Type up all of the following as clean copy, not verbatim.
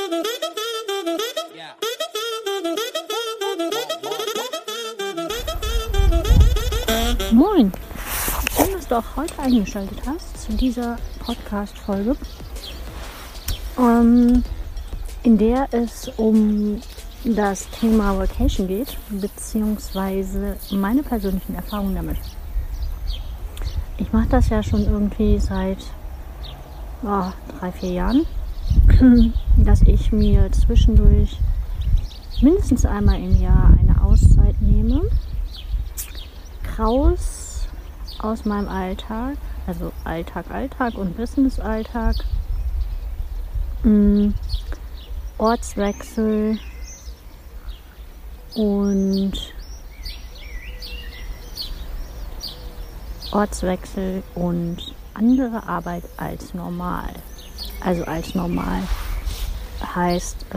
Moin! Schön, dass du auch heute eingeschaltet hast zu dieser Podcast-Folge, in der es um das Thema Vacation geht, beziehungsweise meine persönlichen Erfahrungen damit. Ich mache das ja schon irgendwie seit 3-4 Jahren, dass ich mir zwischendurch mindestens einmal im Jahr eine Auszeit nehme, raus aus meinem Alltag, also Alltag und Business-Alltag, Ortswechsel und andere Arbeit als normal. Also als normal heißt,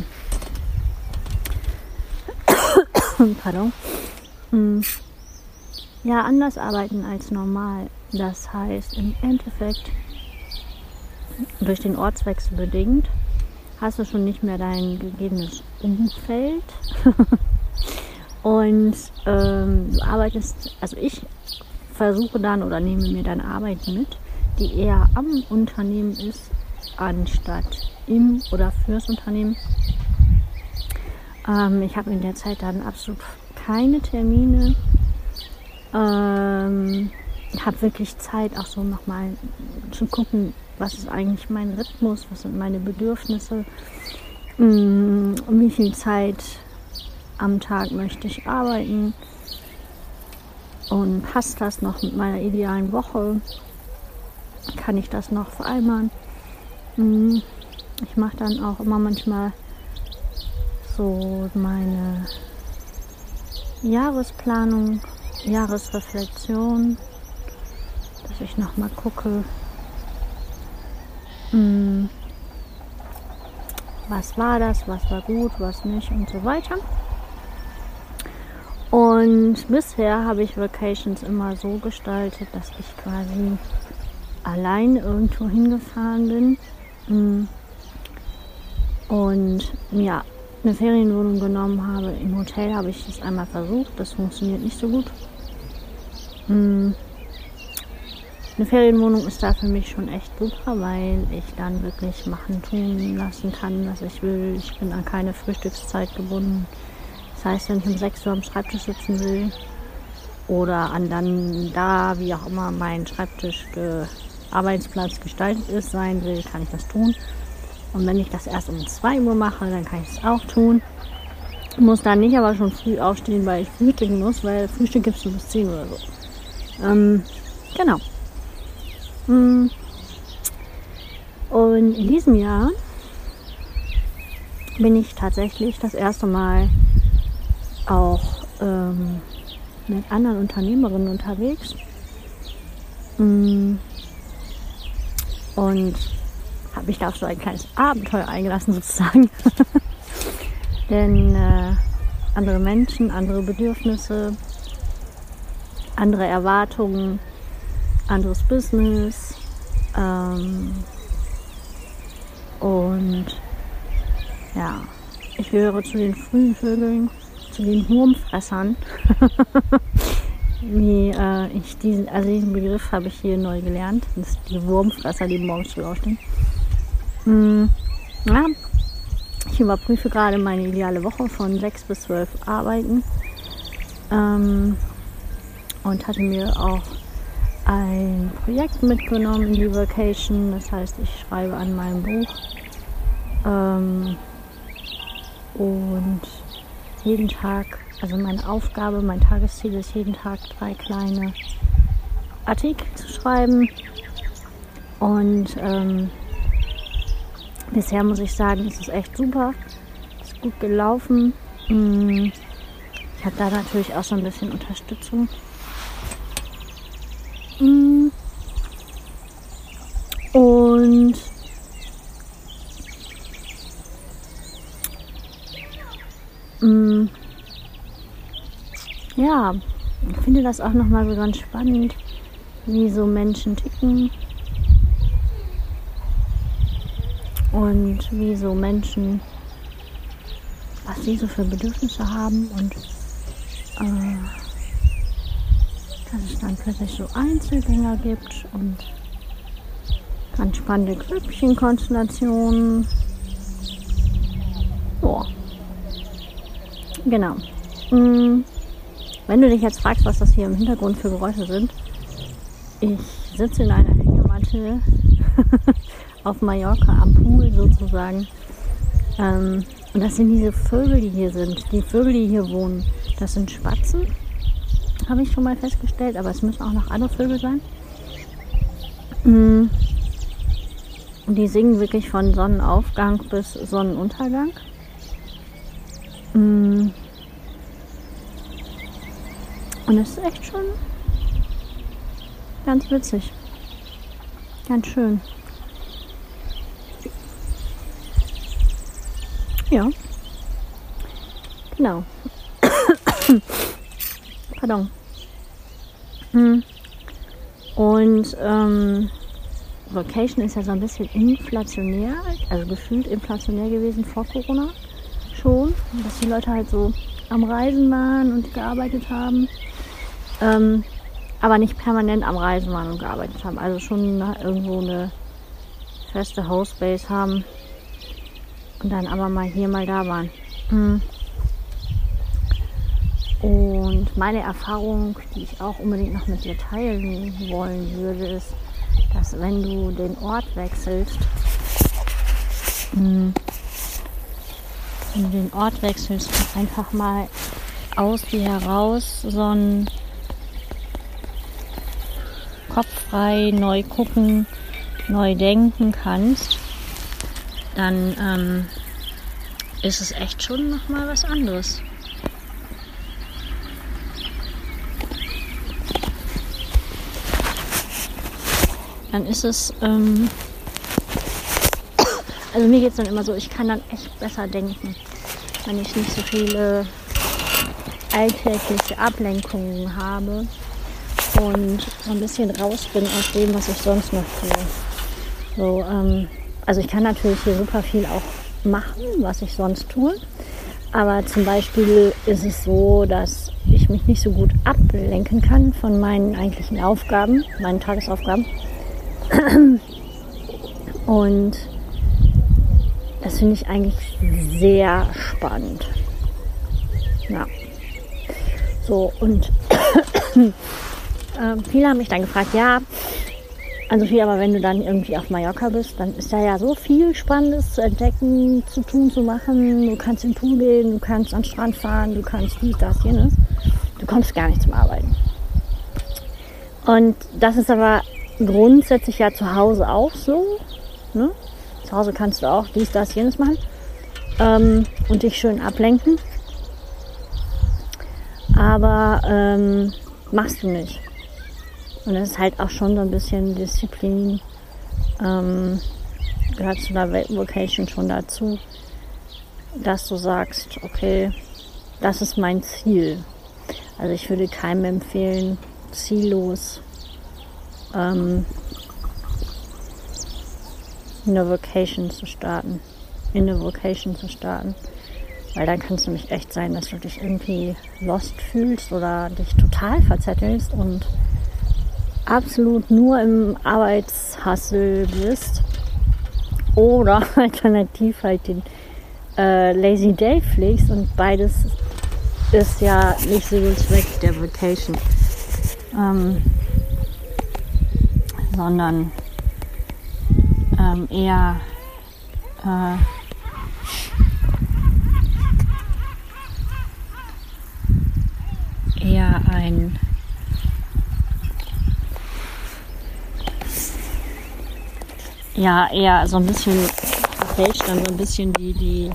anders arbeiten als normal. Das heißt, im Endeffekt, durch den Ortswechsel bedingt, hast du schon nicht mehr dein gegebenes Umfeld. Und du arbeitest, also ich versuche dann oder nehme mir dann Arbeit mit, die eher am Unternehmen ist, anstatt im oder fürs Unternehmen. Ich habe in der Zeit dann absolut keine Termine. Habe wirklich Zeit, auch so nochmal zu gucken, was ist eigentlich mein Rhythmus, was sind meine Bedürfnisse, wie viel Zeit am Tag möchte ich arbeiten und passt das noch mit meiner idealen Woche, kann ich das noch vereinbaren. Ich mache dann auch immer manchmal so meine Jahresplanung, Jahresreflexion, dass ich nochmal gucke, was war das, was war gut, was nicht und so weiter. Und bisher habe ich Vacations immer so gestaltet, dass ich quasi allein irgendwo hingefahren bin und mir eine Ferienwohnung genommen habe. Im Hotel habe ich das einmal versucht, das funktioniert nicht so gut. Eine Ferienwohnung ist da für mich schon echt super, weil ich dann wirklich machen, tun lassen kann, was ich will. Ich bin an keine Frühstückszeit gebunden. Das heißt, wenn ich um 6 Uhr am Schreibtisch sitzen will oder an dann da, wie auch immer, mein Arbeitsplatz gestaltet ist, sein will, kann ich das tun. Und wenn ich das erst um 2 Uhr mache, dann kann ich es auch tun. Ich muss dann nicht aber schon früh aufstehen, weil ich frühstücken muss, weil Frühstück gibt es bis 10 oder so. Genau. Und in diesem Jahr bin ich tatsächlich das erste Mal auch mit anderen Unternehmerinnen unterwegs. Und habe mich da auf so ein kleines Abenteuer eingelassen sozusagen. Denn andere Menschen, andere Bedürfnisse, andere Erwartungen, anderes Business und ja, ich gehöre zu den frühen Vögeln, zu den Wurmfressern. Diesen Begriff habe ich hier neu gelernt. Das sind die Wurmfresser, die morgens früh aufstehen. Ich überprüfe gerade meine ideale Woche von 6 bis 12 Arbeiten und hatte mir auch ein Projekt mitgenommen in die Vacation. Das heißt, ich schreibe an meinem Buch und jeden Tag, also meine Aufgabe, mein Tagesziel ist, jeden Tag 3 kleine Artikel zu schreiben. Und bisher muss ich sagen, ist es echt super. Ist gut gelaufen. Ich habe da natürlich auch so ein bisschen Unterstützung. Und ja, ich finde das auch nochmal so ganz spannend, wie so Menschen ticken. und wie so Menschen, was sie so für Bedürfnisse haben und dass es dann plötzlich so Einzelgänger gibt und ganz spannende Grüppchenkonstellationen. Boah. Genau. Wenn du dich jetzt fragst, was das hier im Hintergrund für Geräusche sind, ich sitze in einer Hängematte auf Mallorca am Pool sozusagen. Und das sind diese Vögel, die hier sind. Die Vögel, die hier wohnen, das sind Spatzen, habe ich schon mal festgestellt, aber es müssen auch noch andere Vögel sein. Und die singen wirklich von Sonnenaufgang bis Sonnenuntergang. Und es ist echt schon ganz witzig. Ganz schön. Ja. Genau. Pardon. Und Vacation ist ja so ein bisschen inflationär, also gefühlt inflationär gewesen vor Corona schon, dass die Leute halt so am Reisen waren und gearbeitet haben, aber nicht permanent am Reisen waren und gearbeitet haben, also schon irgendwo eine feste Hostbase haben und dann aber mal hier, mal da waren. Und meine Erfahrung, die ich auch unbedingt noch mit dir teilen wollen würde, ist, dass wenn du den Ort wechselst, einfach mal aus dir heraus so ein kopffrei neu gucken, neu denken kannst, dann ist es echt schon nochmal was anderes. Dann ist es, also mir geht es dann immer so, ich kann dann echt besser denken, wenn ich nicht so viele alltägliche Ablenkungen habe und so ein bisschen raus bin aus dem, was ich sonst noch tue. So, also ich kann natürlich hier super viel auch machen, was ich sonst tue, aber zum Beispiel ist es so, dass ich mich nicht so gut ablenken kann von meinen eigentlichen Aufgaben, meinen Tagesaufgaben. Und das finde ich eigentlich sehr spannend. Ja. So, und viele haben mich dann gefragt, ja, also viel, aber wenn du dann irgendwie auf Mallorca bist, dann ist da ja so viel Spannendes zu entdecken, zu tun, zu machen. Du kannst im Pool gehen, du kannst an den Strand fahren, du kannst dies, das, jenes. Du kommst gar nicht zum Arbeiten. Und das ist aber grundsätzlich ja zu Hause auch so. Ne? Zu Hause kannst du auch dies, das, jenes machen und dich schön ablenken. Aber machst du nicht. Und das ist halt auch schon so ein bisschen Disziplin. Gehört zu der Vacation schon dazu, dass du sagst, okay, das ist mein Ziel. Also ich würde keinem empfehlen, ziellos in eine Vacation zu starten. Weil dann kann es nämlich echt sein, dass du dich irgendwie lost fühlst oder dich total verzettelst und absolut nur im Arbeitshassel bist. Oder alternativ halt den Lazy Day pflegst, und beides ist ja nicht so der Zweck der Vacation. Sondern eher ein eher so ein bisschen verfälscht dann so ein bisschen die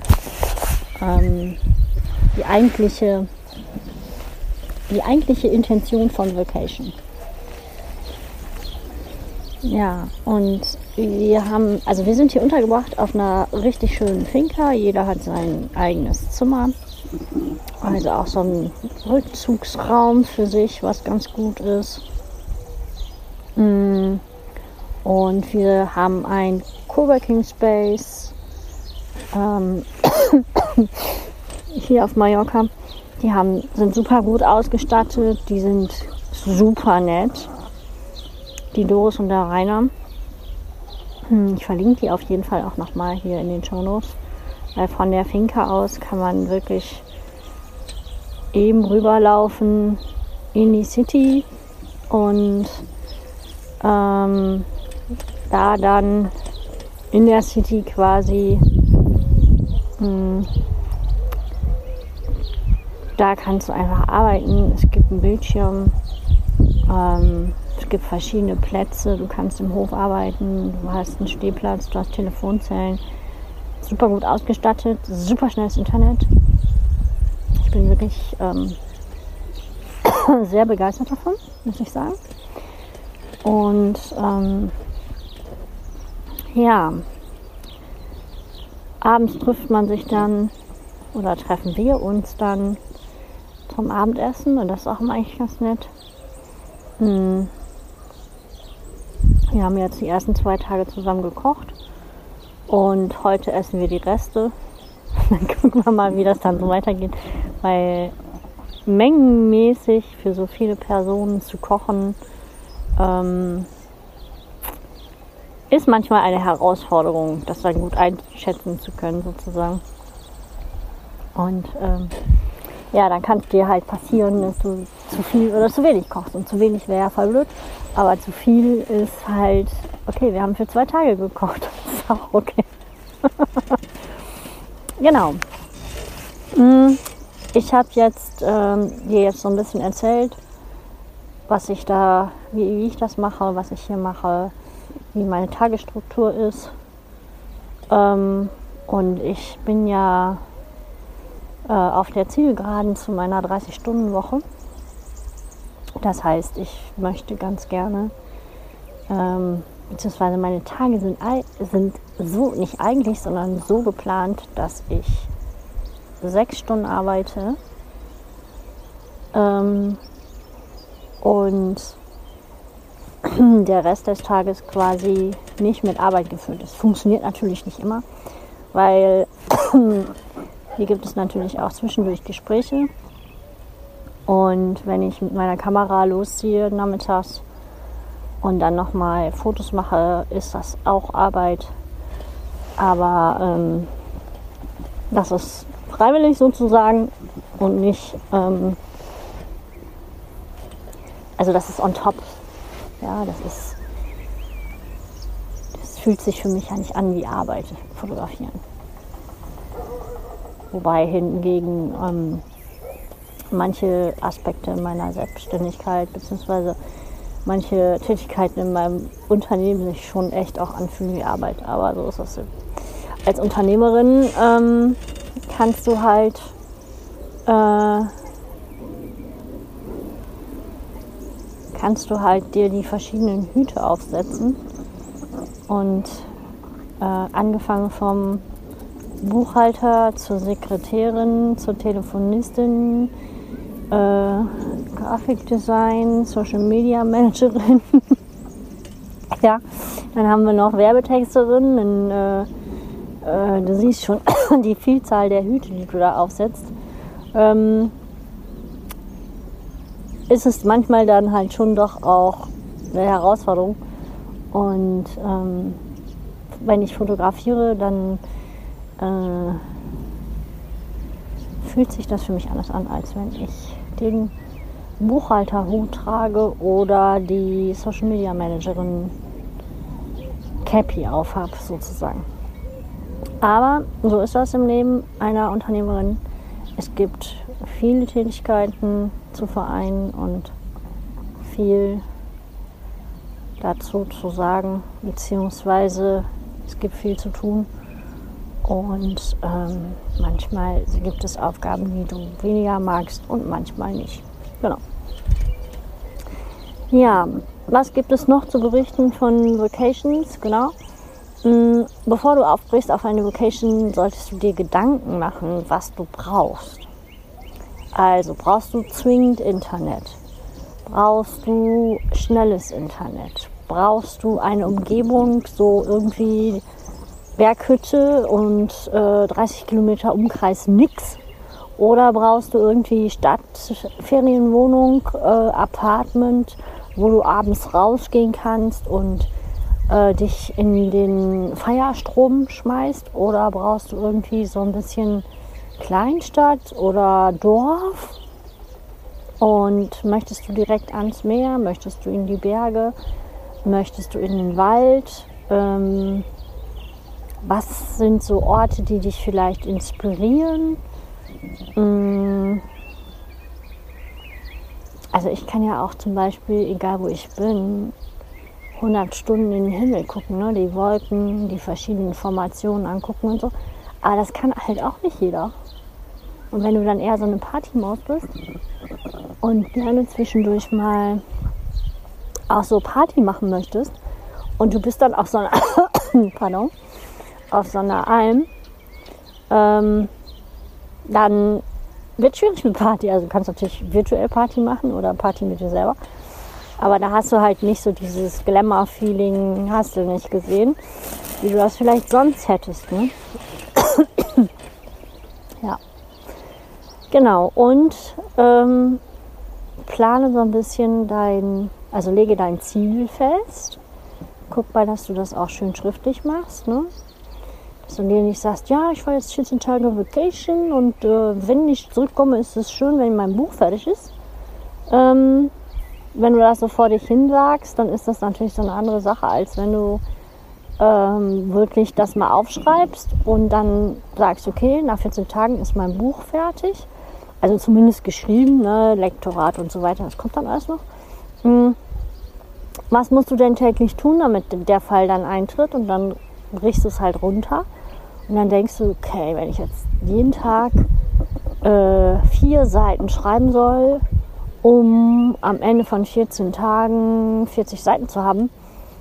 eigentliche Intention von Vacation. Ja, und wir sind hier untergebracht auf einer richtig schönen Finca. Jeder hat sein eigenes Zimmer. Also auch so ein Rückzugsraum für sich, was ganz gut ist. Und Und wir haben ein Coworking Space hier auf Mallorca. Die sind super gut ausgestattet, die sind super nett. Die Doris und der Rainer. Ich verlinke die auf jeden Fall auch nochmal hier in den Shownotes. Weil von der Finca aus kann man wirklich eben rüberlaufen in die City und da dann in der City quasi da kannst du einfach arbeiten. Es gibt einen Bildschirm, es gibt verschiedene Plätze, du kannst im Hof arbeiten, du hast einen Stehplatz, du hast Telefonzellen, super gut ausgestattet, super schnelles Internet. Ich bin wirklich sehr begeistert davon, muss ich sagen. Und ja, abends trifft man sich dann oder treffen wir uns dann zum Abendessen und das ist auch eigentlich ganz nett. Wir haben jetzt die ersten 2 Tage zusammen gekocht und heute essen wir die Reste. Dann gucken wir mal, wie das dann so weitergeht, weil mengenmäßig für so viele Personen zu kochen ist manchmal eine Herausforderung, das dann gut einschätzen zu können sozusagen. Und ja, dann kann es dir halt passieren, dass du zu viel oder zu wenig kochst. Und zu wenig wäre ja voll blöd, aber zu viel ist halt, okay, wir haben für 2 Tage gekocht. Das ist auch okay. Genau. Ich habe jetzt dir jetzt so ein bisschen erzählt, wie ich das mache, was ich hier mache, wie meine Tagesstruktur ist. Und ich bin ja auf der Zielgeraden zu meiner 30-Stunden-Woche. Das heißt, ich möchte ganz gerne, beziehungsweise meine Tage sind so, nicht eigentlich, sondern so geplant, dass ich 6 Stunden arbeite und der Rest des Tages quasi nicht mit Arbeit gefüllt ist. Funktioniert natürlich nicht immer, weil hier gibt es natürlich auch zwischendurch Gespräche. Und wenn ich mit meiner Kamera losziehe nachmittags und dann nochmal Fotos mache, ist das auch Arbeit. Aber das ist freiwillig sozusagen und nicht, also das ist on top. Ja, das fühlt sich für mich ja nicht an wie Arbeit, fotografieren. Wobei hingegen manche Aspekte meiner Selbstständigkeit bzw. manche Tätigkeiten in meinem Unternehmen sich schon echt auch anfühlen wie Arbeit. Aber so ist das. Als Unternehmerin kannst du halt dir die verschiedenen Hüte aufsetzen und angefangen vom Buchhalter zur Sekretärin, zur Telefonistin, Grafikdesign, Social Media Managerin. Ja, dann haben wir noch Werbetexterin. Du siehst schon die Vielzahl der Hüte, die du da aufsetzt. Ist es manchmal dann halt schon doch auch eine Herausforderung. Und wenn ich fotografiere, dann fühlt sich das für mich anders an, als wenn ich den Buchhalterhut trage oder die Social Media Managerin Cappy aufhab sozusagen. Aber so ist das im Leben einer Unternehmerin. Es gibt viele Tätigkeiten zu vereinen und viel dazu zu sagen, beziehungsweise es gibt viel zu tun. Und manchmal gibt es Aufgaben, die du weniger magst und manchmal nicht. Genau. Ja, was gibt es noch zu berichten von Vacations? Genau. Bevor du aufbrichst auf eine Vacation, solltest du dir Gedanken machen, was du brauchst. Also brauchst du zwingend Internet? Brauchst du schnelles Internet? brauchst du eine Umgebung, so irgendwie Berghütte und 30 Kilometer Umkreis nix? Oder brauchst du irgendwie Stadt, Ferienwohnung, Apartment, wo du abends rausgehen kannst und dich in den Feierstrom schmeißt? Oder brauchst du irgendwie so ein bisschen Kleinstadt oder Dorf? Und möchtest du direkt ans Meer? Möchtest du in die Berge? Möchtest du in den Wald? Was sind so Orte, die dich vielleicht inspirieren? Also ich kann ja auch zum Beispiel, egal wo ich bin, 100 Stunden in den Himmel gucken, ne? Die Wolken, die verschiedenen Formationen angucken und so. Aber das kann halt auch nicht jeder. Und wenn du dann eher so eine Partymaus bist und gerne zwischendurch mal auch so Party machen möchtest und du bist dann auf so einer, pardon, auf so einer Alm, dann wird schwierig mit Party. Also du kannst natürlich virtuell Party machen oder Party mit dir selber. Aber da hast du halt nicht so dieses Glamour-Feeling, hast du nicht gesehen, wie du das vielleicht sonst hättest. Ne? Ja. Genau. Und plane so ein bisschen also lege dein Ziel fest. Guck mal, dass du das auch schön schriftlich machst. Ne? Dass du dir nicht sagst, ja, ich fahre jetzt 14 Tage Vacation und wenn ich zurückkomme, ist es schön, wenn mein Buch fertig ist. Wenn du das so vor dich hin sagst, dann ist das natürlich so eine andere Sache, als wenn du wirklich das mal aufschreibst und dann sagst, okay, nach 14 Tagen ist mein Buch fertig. Also zumindest geschrieben, ne, Lektorat und so weiter, das kommt dann alles noch. Was musst du denn täglich tun, damit der Fall dann eintritt? Und dann brichst du es halt runter. Und dann denkst du, okay, wenn ich jetzt jeden Tag 4 Seiten schreiben soll, um am Ende von 14 Tagen 40 Seiten zu haben,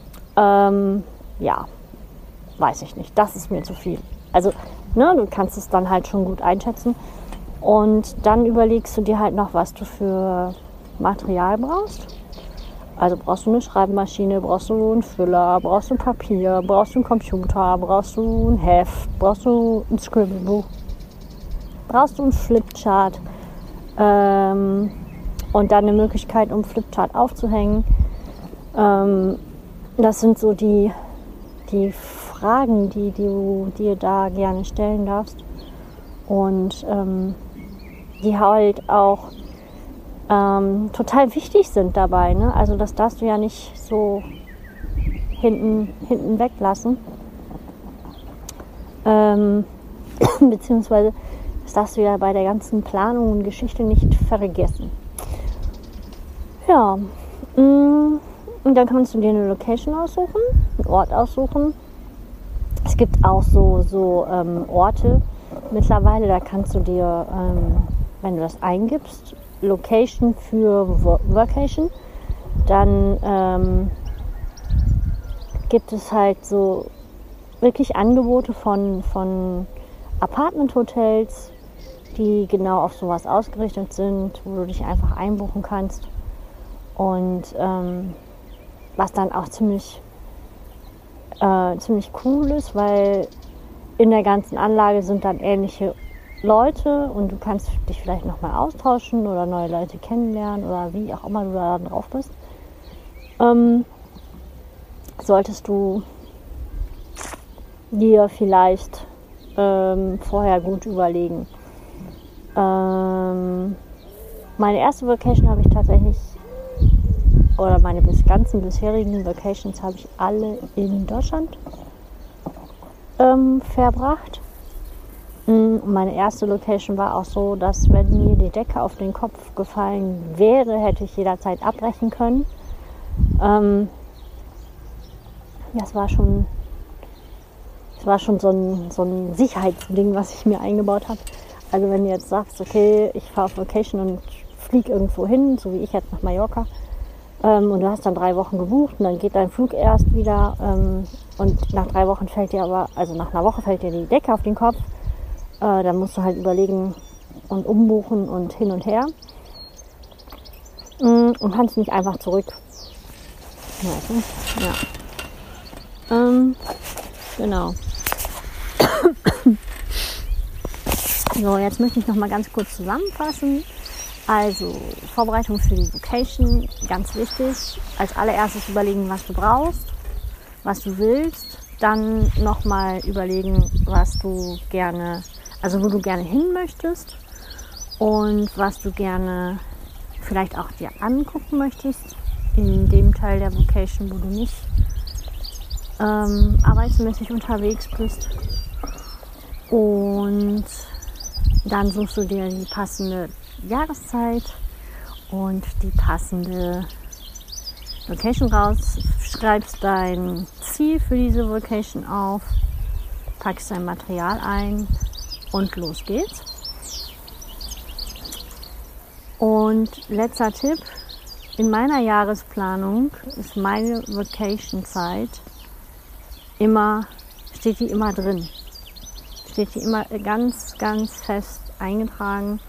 ja, weiß ich nicht. Das ist mir zu viel. Also, ne, du kannst es dann halt schon gut einschätzen. Und dann überlegst du dir halt noch, was du für Material brauchst. Also brauchst du eine Schreibmaschine, brauchst du einen Füller, brauchst du Papier, brauchst du einen Computer, brauchst du ein Heft, brauchst du ein Scribblebuch, brauchst du einen Flipchart und dann eine Möglichkeit, um Flipchart aufzuhängen. Das sind so die Fragen, die du dir da gerne stellen darfst und die halt auch total wichtig sind dabei. Ne? Also das darfst du ja nicht so hinten weglassen. Beziehungsweise das darfst du ja bei der ganzen Planung und Geschichte nicht vergessen. Ja, und dann kannst du dir eine Location aussuchen, einen Ort aussuchen. Es gibt auch so Orte mittlerweile, da kannst du dir, wenn du das eingibst, Location für Vacation, dann gibt es halt so wirklich Angebote von Apartment-Hotels, die genau auf sowas ausgerichtet sind, wo du dich einfach einbuchen kannst und was dann auch ziemlich cool ist, weil in der ganzen Anlage sind dann ähnliche Leute und du kannst dich vielleicht nochmal austauschen oder neue Leute kennenlernen oder wie auch immer du da drauf bist. Solltest du dir vielleicht vorher gut überlegen. Meine erste Vacation habe ich tatsächlich, oder meine ganzen bisherigen Vacations habe ich alle in Deutschland verbracht. Meine erste Location war auch so, dass wenn mir die Decke auf den Kopf gefallen wäre, hätte ich jederzeit abbrechen können. Das war schon so ein Sicherheitsding, was ich mir eingebaut habe. Also wenn du jetzt sagst, okay, ich fahre auf Vacation und fliege irgendwo hin, so wie ich jetzt nach Mallorca, und du hast dann 3 Wochen gebucht und dann geht dein Flug erst wieder und nach 3 Wochen fällt dir nach einer Woche fällt dir die Decke auf den Kopf. Dann musst du halt überlegen und umbuchen und hin und her und kannst nicht einfach zurück. Wochen. Ja. Genau. So, jetzt möchte ich noch mal ganz kurz zusammenfassen. Also, Vorbereitung für die Vocation, ganz wichtig. Als allererstes überlegen, was du brauchst, was du willst. Dann nochmal überlegen, was du gerne, also wo du gerne hin möchtest und was du gerne vielleicht auch dir angucken möchtest. In dem Teil der Vocation, wo du nicht arbeitsmäßig unterwegs bist. Und dann suchst du dir die passende Jahreszeit und die passende Location raus, schreibst dein Ziel für diese Vocation auf, packst dein Material ein und los geht's. Und letzter Tipp, in meiner Jahresplanung ist meine Vacation-Zeit steht die immer drin. Steht die immer ganz, ganz fest eingetragen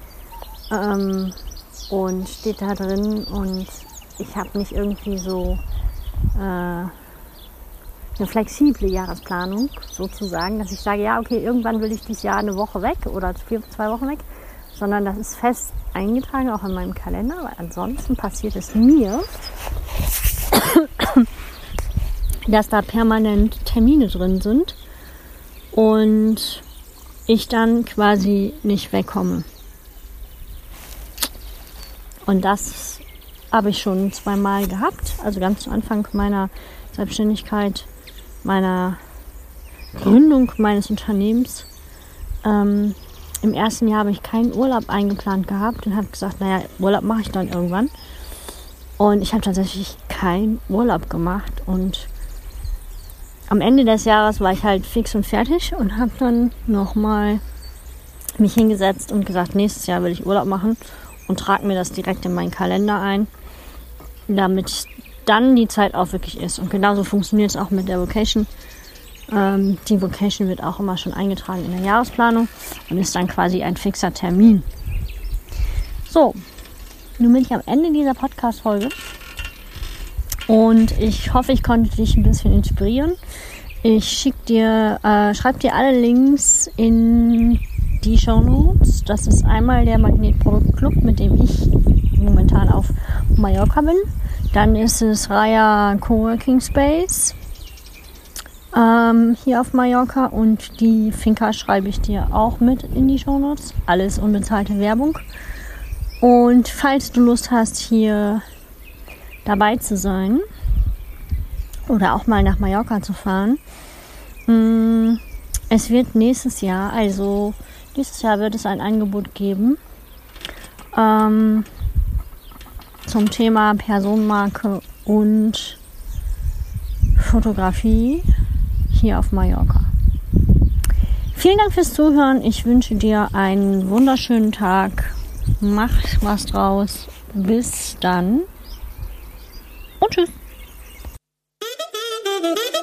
und steht da drin und ich habe nicht irgendwie so eine flexible Jahresplanung sozusagen, dass ich sage, ja okay, irgendwann will ich dieses Jahr eine Woche weg oder 2 Wochen weg, sondern das ist fest eingetragen, auch in meinem Kalender, weil ansonsten passiert es mir, dass da permanent Termine drin sind und ich dann quasi nicht wegkomme. Und das habe ich schon 2-mal gehabt, also ganz zu Anfang meiner Selbstständigkeit, meiner Gründung meines Unternehmens. Im ersten Jahr habe ich keinen Urlaub eingeplant gehabt und habe gesagt, naja, Urlaub mache ich dann irgendwann. Und ich habe tatsächlich keinen Urlaub gemacht und am Ende des Jahres war ich halt fix und fertig und habe dann nochmal mich hingesetzt und gesagt, nächstes Jahr will ich Urlaub machen und trage mir das direkt in meinen Kalender ein, damit dann die Zeit auch wirklich ist. Und genauso funktioniert es auch mit der Vocation. Die Vocation wird auch immer schon eingetragen in der Jahresplanung und ist dann quasi ein fixer Termin. So, nun bin ich am Ende dieser Podcast-Folge und ich hoffe, ich konnte dich ein bisschen inspirieren. Ich schreibe dir alle Links in die Shownotes. Das ist einmal der Magnetprodukt-Club, mit dem ich momentan auf Mallorca bin. Dann ist es Raya Coworking Space hier auf Mallorca und die Finca schreibe ich dir auch mit in die Shownotes. Alles unbezahlte Werbung. Und falls du Lust hast, hier dabei zu sein oder auch mal nach Mallorca zu fahren, es wird nächstes Jahr wird es ein Angebot geben zum Thema Personenmarke und Fotografie hier auf Mallorca. Vielen Dank fürs Zuhören. Ich wünsche dir einen wunderschönen Tag. Mach was draus. Bis dann. Und tschüss.